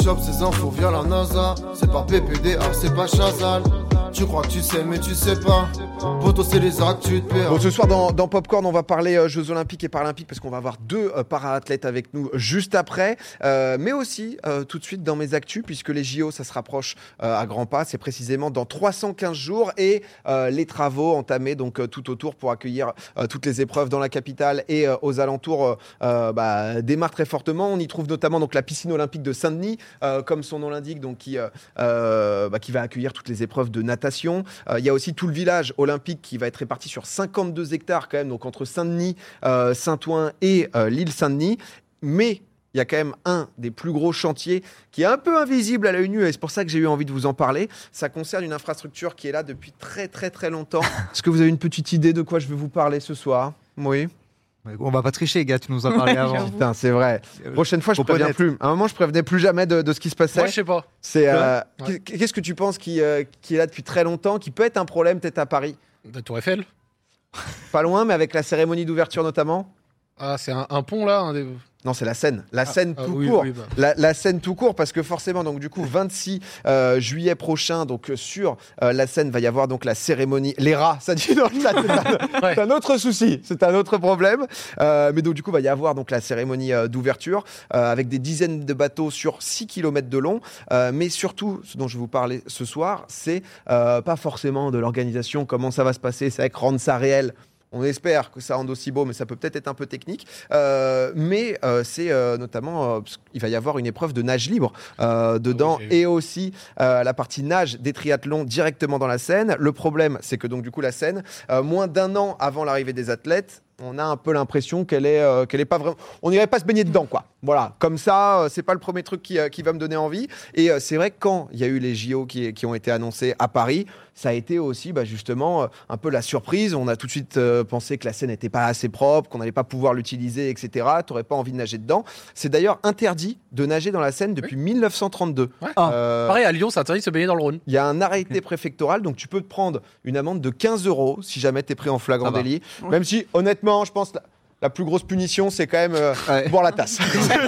chope ces infos via la NASA. C'est pas PPDA, c'est pas Chazal. Tu crois que tu sais mais tu sais pas. Poto c'est les actes, tu te perds. Bon, ce soir dans Popcorn, on va parler Jeux Olympiques et Paralympiques parce qu'on va avoir 2 para-athlètes avec nous juste après. Mais aussi tout de suite dans mes actus puisque les JO ça se rapproche à grands pas. C'est précisément dans 315 jours et les travaux entamés donc tout autour pour accueillir toutes les épreuves dans la capitale et aux alentours démarrent très fortement. On y trouve notamment donc la piscine olympique de Saint-Denis comme son nom l'indique donc qui va accueillir toutes les épreuves de natation. Il y a aussi tout le village olympique qui va être réparti sur 52 hectares quand même, donc entre Saint-Denis, Saint-Ouen et l'île Saint-Denis. Mais il y a quand même un des plus gros chantiers qui est un peu invisible à l'œil nu et c'est pour ça que j'ai eu envie de vous en parler. Ça concerne une infrastructure qui est là depuis très très très longtemps. Est-ce que vous avez une petite idée de quoi je vais vous parler ce soir ? Oui. On va pas tricher, gars, tu nous as parlé avant. Putain, c'est vrai. Prochaine fois, je préviens plus. À un moment, je prévenais plus jamais de ce qui se passait. Moi, je sais pas. Qu'est-ce que tu penses qui est là depuis très longtemps, qui peut être un problème peut-être à Paris ? La Tour Eiffel. Pas loin, mais avec la cérémonie d'ouverture notamment. Ah, c'est un pont là. Non, c'est la Seine. La Seine tout court. Oui, bah. La Seine tout court, parce que forcément, donc du coup, 26 juillet prochain, donc sur la Seine, va y avoir donc la cérémonie. Les rats, ça dit dans le chat. C'est un autre souci, c'est un autre problème. Mais donc du coup, va y avoir donc la cérémonie d'ouverture avec des dizaines de bateaux sur 6 km de long. Mais surtout, ce dont je vais vous parler ce soir, c'est pas forcément de l'organisation, comment ça va se passer, c'est avec rendre ça réel. On espère que ça rende aussi beau, mais ça peut peut-être être un peu technique. Mais c'est notamment, il va y avoir une épreuve de nage libre dedans et aussi la partie nage des triathlons directement dans la Seine. Le problème, c'est que donc du coup la Seine, moins d'un an avant l'arrivée des athlètes, on a un peu l'impression qu'elle est pas vraiment. On n'irait pas se baigner dedans, quoi. Voilà, comme ça, c'est pas le premier truc qui va me donner envie. Et c'est vrai que quand il y a eu les JO qui ont été annoncés à Paris, ça a été aussi justement un peu la surprise. On a tout de suite pensé que la Seine n'était pas assez propre, qu'on n'allait pas pouvoir l'utiliser, etc. T'aurais pas envie de nager dedans. C'est d'ailleurs interdit de nager dans la Seine depuis 1932. Ouais. Pareil, à Lyon, c'est interdit de se baigner dans le Rhône. Il y a un arrêté préfectoral, donc tu peux te prendre une amende de 15 € si jamais t'es pris en flagrant délit. Même si, honnêtement, je pense que la plus grosse punition, c'est quand même boire la tasse.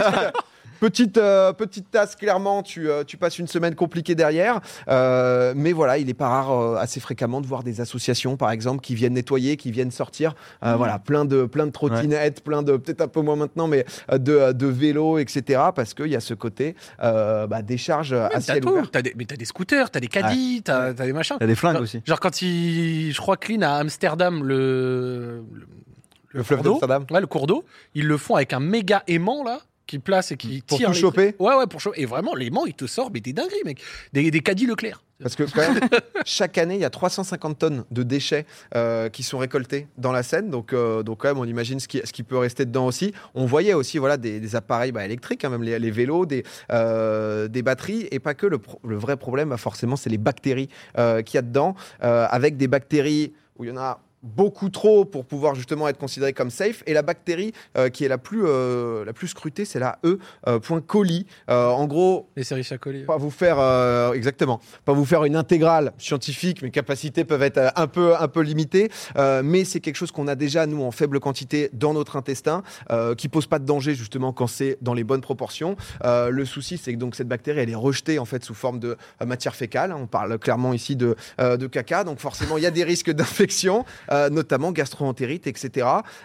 Petite tasse, clairement, tu passes une semaine compliquée derrière. Mais voilà, il est pas rare assez fréquemment de voir des associations, par exemple, qui viennent nettoyer, qui viennent sortir. Voilà, plein de trottinettes, plein de, peut-être un peu moins maintenant, mais de vélos, etc. Parce qu'il y a ce côté décharge à ciel ouvert. T'as des scooters, t'as des caddies, t'as des machins. T'as des flingues aussi. Genre quand je crois Clean à Amsterdam, le fleuve d'Amsterdam. Ouais, le cours d'eau, ils le font avec un méga aimant là. Qui place et qui pour tire. Pour tout choper. Ouais, pour choper. Et vraiment, l'aimant, il te sort, mais des dingueries, mec. Des caddies Leclerc. Parce que quand même, chaque année, il y a 350 tonnes de déchets qui sont récoltés dans la Seine. Donc quand même, on imagine ce qui peut rester dedans aussi. On voyait aussi des appareils électriques, même les vélos, des batteries. Et pas que. Le vrai problème, forcément, c'est les bactéries qu'il y a dedans. Avec des bactéries où il y en a beaucoup trop pour pouvoir justement être considéré comme safe, et la bactérie qui est la plus scrutée, c'est la E.coli. En gros, Escherichia coli. Pas vous faire exactement, pas vous faire une intégrale scientifique, mes capacités peuvent être un peu limitées, mais c'est quelque chose qu'on a déjà nous en faible quantité dans notre intestin, qui pose pas de danger justement quand c'est dans les bonnes proportions. Le souci, c'est que donc cette bactérie, elle est rejetée en fait sous forme de matière fécale. On parle clairement ici de caca, donc forcément il y a des risques d'infection. Notamment gastro-entérite, etc.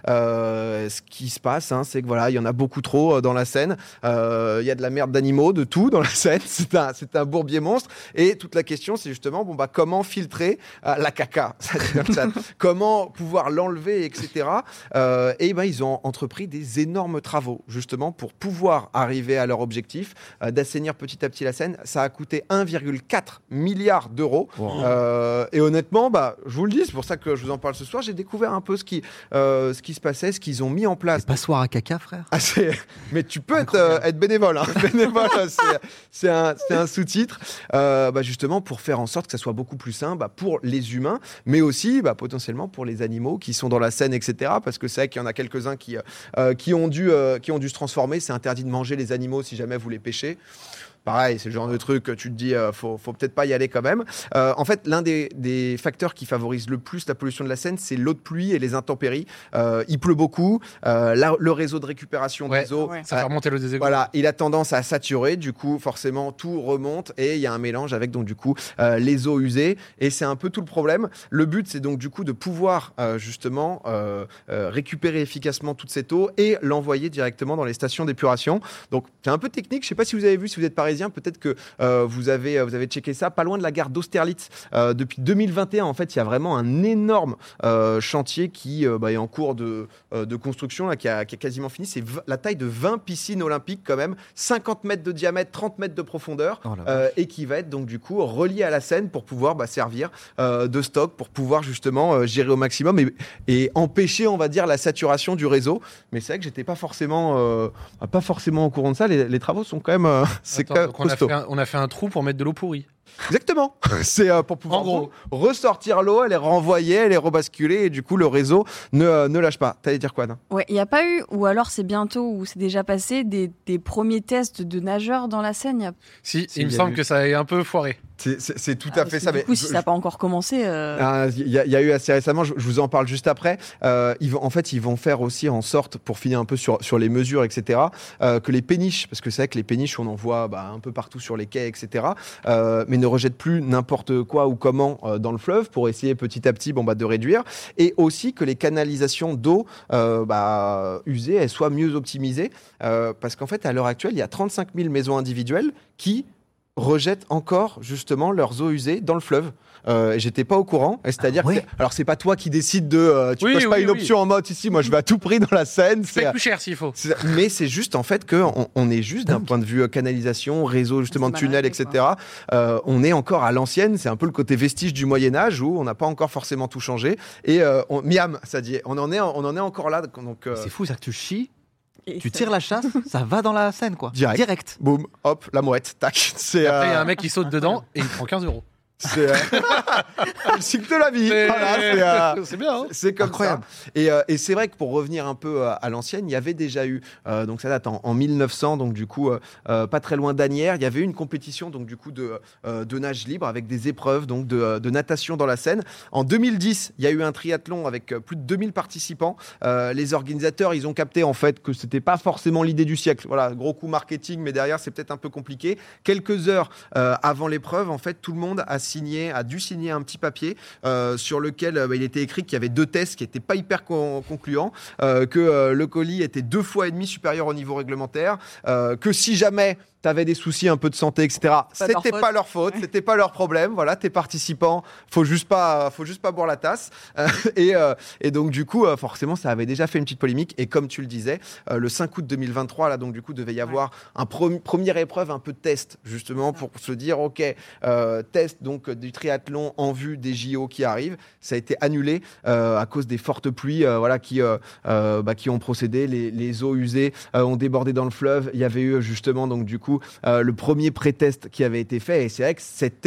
Ce qui se passe, c'est que voilà, il y en a beaucoup trop dans la Seine. Il y a de la merde d'animaux, de tout dans la Seine. C'est un bourbier monstre. Et toute la question, c'est justement comment filtrer la caca. Comment pouvoir l'enlever, etc. Et ils ont entrepris des énormes travaux justement pour pouvoir arriver à leur objectif d'assainir petit à petit la Seine. Ça a coûté 1,4 milliard d'euros. Wow. Et honnêtement, je vous le dis, c'est pour ça que je vous en parle ce soir, j'ai découvert un peu ce qui se passait, ce qu'ils ont mis en place. Passoire à caca, frère. Mais tu peux être bénévole. Bénévole, c'est un sous-titre. Justement, pour faire en sorte que ça soit beaucoup plus sain pour les humains, mais aussi potentiellement pour les animaux qui sont dans la Seine, etc. Parce que c'est vrai qu'il y en a quelques-uns qui ont dû se transformer. C'est interdit de manger les animaux si jamais vous les pêchez. pareil, c'est le genre de truc que tu te dis, faut peut-être pas y aller quand même. En fait, l'un des facteurs qui favorise le plus la pollution de la Seine, c'est l'eau de pluie et les intempéries. Il pleut beaucoup, le réseau de récupération des eaux, ça fait remonter l'eau des égouts. Voilà, il a tendance à saturer, du coup, forcément, tout remonte et il y a un mélange avec donc du coup les eaux usées et c'est un peu tout le problème. Le but, c'est donc du coup de pouvoir justement récupérer efficacement toute cette eau et l'envoyer directement dans les stations d'épuration. Donc, c'est un peu technique. Je ne sais pas si vous avez vu, si vous êtes parisien, peut-être que vous avez checké ça, pas loin de la gare d'Austerlitz. Depuis 2021, en fait, il y a vraiment un énorme chantier qui est en cours de construction, là, qui a quasiment fini. C'est la taille de 20 piscines olympiques quand même, 50 mètres de diamètre, 30 mètres de profondeur, et qui va être donc du coup relié à la Seine pour pouvoir servir de stock, pour pouvoir justement gérer au maximum et empêcher, on va dire, la saturation du réseau. Mais c'est vrai que j'étais pas forcément au courant de ça. Les travaux sont quand même costaud. On a fait un trou pour mettre de l'eau pourrie. Exactement. C'est pour pouvoir ressortir l'eau, elle est renvoyée, elle est rebasculée et du coup le réseau ne lâche pas. T'allais dire quoi, non ? Ouais, il n'y a pas eu, ou alors c'est bientôt, ou c'est déjà passé, des premiers tests de nageurs dans la Seine. Si, il me semble que ça a un peu foiré. C'est tout à fait ça. Du coup, si ça n'a pas encore commencé... Il y a eu assez récemment, je vous en parle juste après, ils vont faire aussi en sorte, pour finir un peu sur les mesures, etc., que les péniches, parce que c'est vrai que les péniches, on en voit un peu partout sur les quais, etc., mais ne rejettent plus n'importe quoi ou comment dans le fleuve pour essayer petit à petit de réduire. Et aussi que les canalisations d'eau usées, elles soient mieux optimisées. Parce qu'en fait, à l'heure actuelle, il y a 35 000 maisons individuelles qui rejettent encore justement leurs eaux usées dans le fleuve. J'étais pas au courant. C'est-à-dire que alors c'est pas toi qui décides tu poses pas une option en mode ici, moi je vais à tout prix dans la Seine. C'est plus cher s'il faut. Mais c'est juste en fait que on est juste d'un point de vue canalisation, réseau justement de tunnels, etc. On est encore à l'ancienne. C'est un peu le côté vestige du Moyen Âge où on n'a pas encore forcément tout changé. Et miam, ça dit, on en est encore là. Donc c'est fou, ça que tu chies. Tu tires la chasse, ça va dans la Seine, quoi. Direct. Boum, hop, la mouette, tac. Après, il y a un mec qui saute dedans et il prend 15 €. C'est le cycle de la vie. C'est bien. Hein, c'est comme incroyable. Ça. Et c'est vrai que pour revenir un peu à l'ancienne, il y avait déjà eu, donc ça date en 1900, donc du coup, pas très loin d'Asnières, il y avait eu une compétition donc du coup de nage libre avec des épreuves donc de natation dans la Seine. En 2010, il y a eu un triathlon avec plus de 2000 participants. Les organisateurs, ils ont capté en fait que c'était pas forcément l'idée du siècle. Voilà, gros coup marketing, mais derrière c'est peut-être un peu compliqué. Quelques heures avant l'épreuve, en fait, tout le monde a dû signer un petit papier sur lequel il était écrit qu'il y avait 2 tests qui n'étaient pas hyper concluants, que le colis était 2,5 fois supérieur au niveau réglementaire, que si jamais t'avais des soucis un peu de santé, etc. C'était pas leur faute, c'était pas leur problème. Voilà, tes participants, faut juste pas boire la tasse. Et donc du coup, forcément, ça avait déjà fait une petite polémique. Et comme tu le disais, le 5 août 2023, là, donc du coup, devait y avoir un première épreuve, un peu de test, justement, pour se dire, ok, test donc du triathlon en vue des JO qui arrivent. Ça a été annulé à cause des fortes pluies, qui ont procédé. Les eaux usées ont débordé dans le fleuve. Il y avait eu justement donc du coup le premier pré-test qui avait été fait et c'est vrai que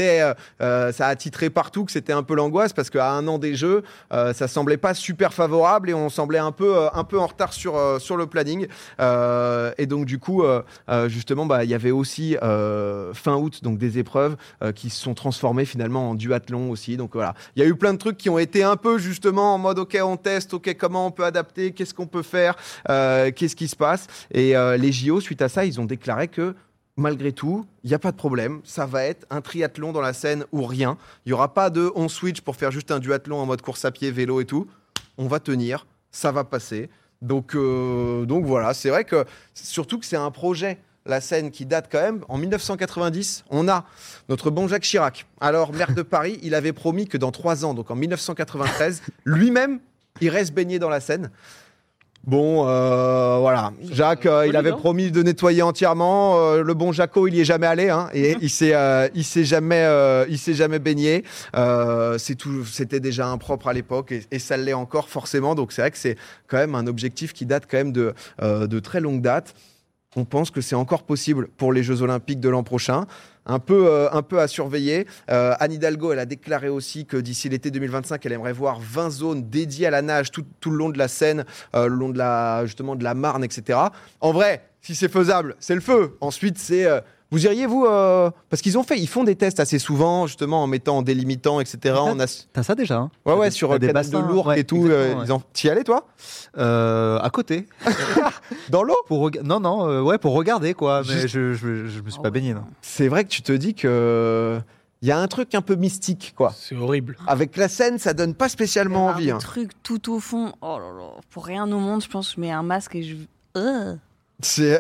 ça a titré partout que c'était un peu l'angoisse parce qu'à un an des Jeux ça semblait pas super favorable et on semblait un peu en retard sur le planning et donc du coup justement il y avait aussi fin août donc des épreuves qui se sont transformées finalement en duathlon aussi, donc voilà, il y a eu plein de trucs qui ont été un peu justement en mode ok on teste, ok comment on peut adapter, qu'est-ce qu'on peut faire, qu'est-ce qui se passe, et les JO suite à ça ils ont déclaré que malgré tout, il n'y a pas de problème. Ça va être un triathlon dans la Seine ou rien. Il n'y aura pas de on switch pour faire juste un duathlon en mode course à pied, vélo et tout. On va tenir, ça va passer. Donc voilà, c'est vrai que surtout que c'est un projet, la Seine, qui date quand même. En 1990, on a notre bon Jacques Chirac. Alors, maire de Paris, il avait promis que dans 3 ans, donc en 1993, lui-même, il reste baigné dans la Seine. Bon, voilà. Jacques, il avait promis de nettoyer entièrement. Le bon Jaco, il y est jamais allé, hein, et il s'est jamais baigné. C'était déjà impropre à l'époque, et ça l'est encore forcément. Donc c'est vrai que c'est quand même un objectif qui date quand même de très longue date. On pense que c'est encore possible pour les Jeux Olympiques de l'an prochain. Un peu à surveiller. Anne Hidalgo, elle a déclaré aussi que d'ici l'été 2025, elle aimerait voir 20 zones dédiées à la nage tout le long de la Seine, le long de la Marne, etc. En vrai, si c'est faisable, c'est le feu. Ensuite, c'est Vous iriez, vous, parce ils font des tests assez souvent, justement, en mettant, en délimitant, etc. T'as ça déjà, hein. Ouais, sur des canal bassins, de Lourdes et tout. T'y allais, toi? À côté. Dans l'eau? Non, pour regarder, quoi. Mais je me suis pas baigné, non. C'est vrai que tu te dis que... Il y a un truc un peu mystique, quoi. C'est horrible. Avec la Seine, ça donne pas spécialement envie. Un truc tout au fond. Oh là là. Pour rien au monde, je pense que je mets un masque et je... C'est...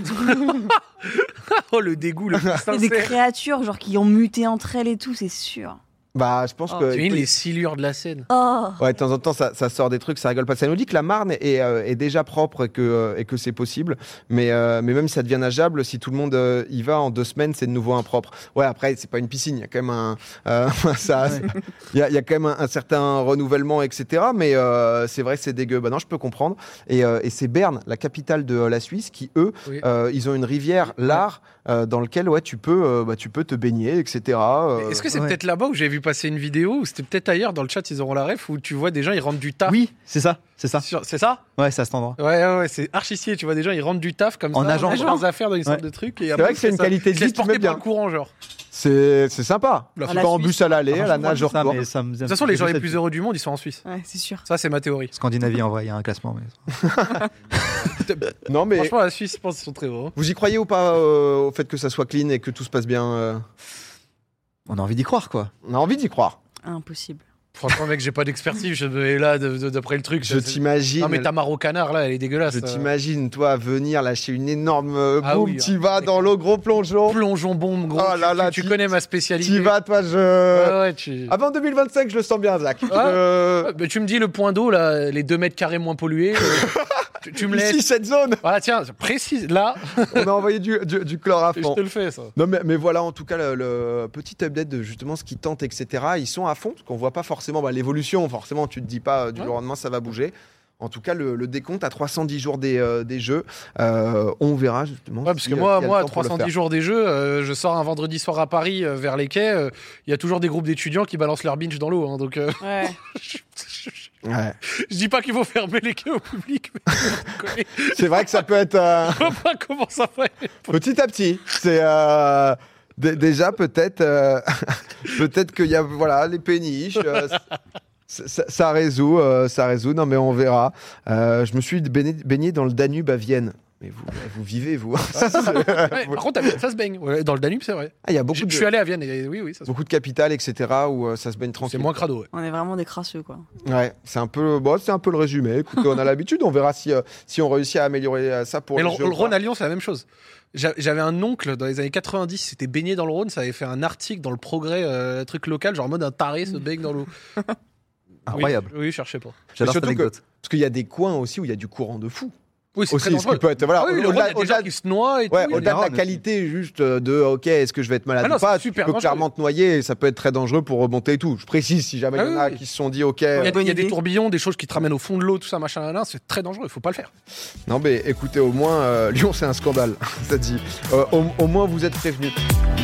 Oh, le dégoût, le plus Il y a sincère. des créatures genre qui ont muté entre elles et tout, c'est sûr. Bah, je pense que... Tu imagines les silures de la Seine. Oh. Ouais, de temps en temps, ça sort des trucs, ça rigole pas. Ça nous dit que la Marne est déjà propre et que c'est possible. Mais même si ça devient nageable, si tout le monde y va en 2 semaines, c'est de nouveau impropre. Ouais, après, c'est pas une piscine. Il y a quand même il y a quand même un certain renouvellement, etc. Mais c'est vrai que c'est dégueu. Bah non, je peux comprendre. Et c'est Berne, la capitale de la Suisse, qui, eux, Oui. ils ont une rivière, l'Ar, dans lequel tu peux te baigner, etc. Est-ce que c'est peut-être là-bas où j'ai vu passer une vidéo, ou c'était peut-être ailleurs, dans le chat, ils auront la ref, où tu vois des gens, ils rentrent du taf. Oui, c'est ça. C'est ça? Ouais, c'est à cet endroit. Ouais, c'est archi-sier. Tu vois des gens, ils rentrent du taf comme En ça, nageant. mettent leurs affaires dans une sorte de truc. C'est vrai que c'est une qualité de vie qui met bien. le courant, genre. C'est sympa. La Tu vas en Suisse. bus à l'aller, à la Je nage, vois au ça, retour. mais ça me- De toute façon, les gens les plus heureux du monde, ils sont en Suisse. Ouais, c'est sûr. Ça, c'est ma théorie. Scandinavie, en vrai, il y a un classement. Mais... Non, mais Franchement, la Suisse, je pense qu'ils sont très heureux. vous y croyez ou pas au fait que ça soit clean et que tout se passe bien On a envie d'y croire, quoi. On a envie d'y croire. Impossible. Franchement, mec, j'ai pas d'expertise. Je vais là, d'après le truc. Je t'imagine. Non, mais ta mare au canard, là, elle est dégueulasse. Je t'imagine, toi, venir lâcher une énorme Ah boum, oui, t'y hein. vas dans l'eau, gros plongeon. Plongeon bombe, gros. Oh là là, tu connais ma spécialité. T'y vas, toi, Ouais, ouais, tu... Avant 2025, je le sens bien, Zach. Mais tu me dis le point d'eau, là, les 2 mètres carrés moins pollués. Tu me laisses. Ici, cette zone, Voilà, tiens, précise. Là, on a envoyé du chlore à je fond. te le fais, ça. Non, mais voilà, en tout cas, le petit update de justement ce qui tente, etc. Ils sont à fond, parce qu'on voit pas forcément l'évolution. Forcément, tu te dis pas du jour au lendemain, ça va bouger. En tout cas, le décompte à 310 jours des jeux. On verra justement. Ouais, parce que s'il y a moi, le à temps pour le 310 faire. jours des jeux, je sors un vendredi soir à Paris vers les quais. Il y a toujours des groupes d'étudiants qui balancent leur binge dans l'eau. Hein, donc, Ouais. Ouais. je dis pas qu'il faut fermer les quais au public, mais vous connaissez. C'est vrai que ça peut être Je vois pas comment ça va être. petit à petit. C'est déjà peut-être peut-être qu'il y a les péniches. Ça résout. Non, mais on verra. Je me suis baigné dans le Danube à Vienne. Mais vous vivez, vous. Ouais, par contre, à Vienne, ça se baigne. Ouais, dans le Danube, c'est vrai. Il y a beaucoup Je suis allé à Vienne et oui, ça se beaucoup de capitales, etc. où ça se baigne C'est tranquille. moins crado. Ouais. On est vraiment des crasseux, quoi. Ouais, c'est un peu le résumé. Écoutez, on a l'habitude. On verra si on réussit à améliorer ça pour Mais les le jeux ou Rhône pas. à Lyon, c'est la même chose. J'avais un oncle dans les années 90, c'était baigné dans le Rhône, ça avait fait un article dans le Progrès, truc local, genre en mode un taré se baigne dans l'eau. Incroyable. Oui, cherchez pas. J'adore cette surtout que- anecdote. Parce qu'il y a des coins aussi où il y a du courant de fou. Oui, c'est Aussi, très ce dangereux. qui peut être Ah oui, le Rhône, il y a des au-delà gens qui se noient et tout. Ouais, il y a au-delà de la Rhône qualité juste de ok, est-ce que je vais être malade Ah non, ou pas, c'est tu super peux dangereux. clairement te noyer et ça peut être très dangereux pour remonter et tout. Je précise si jamais Ah il y en a oui. qui se sont dit ok. Il y a, Bonne il y a des idée. tourbillons, des choses qui te ramènent au fond de l'eau, tout ça, machin, là, c'est très dangereux, il faut pas le faire. Non mais écoutez, au moins Lyon c'est un scandale. Ça dit. Au moins vous êtes prévenus.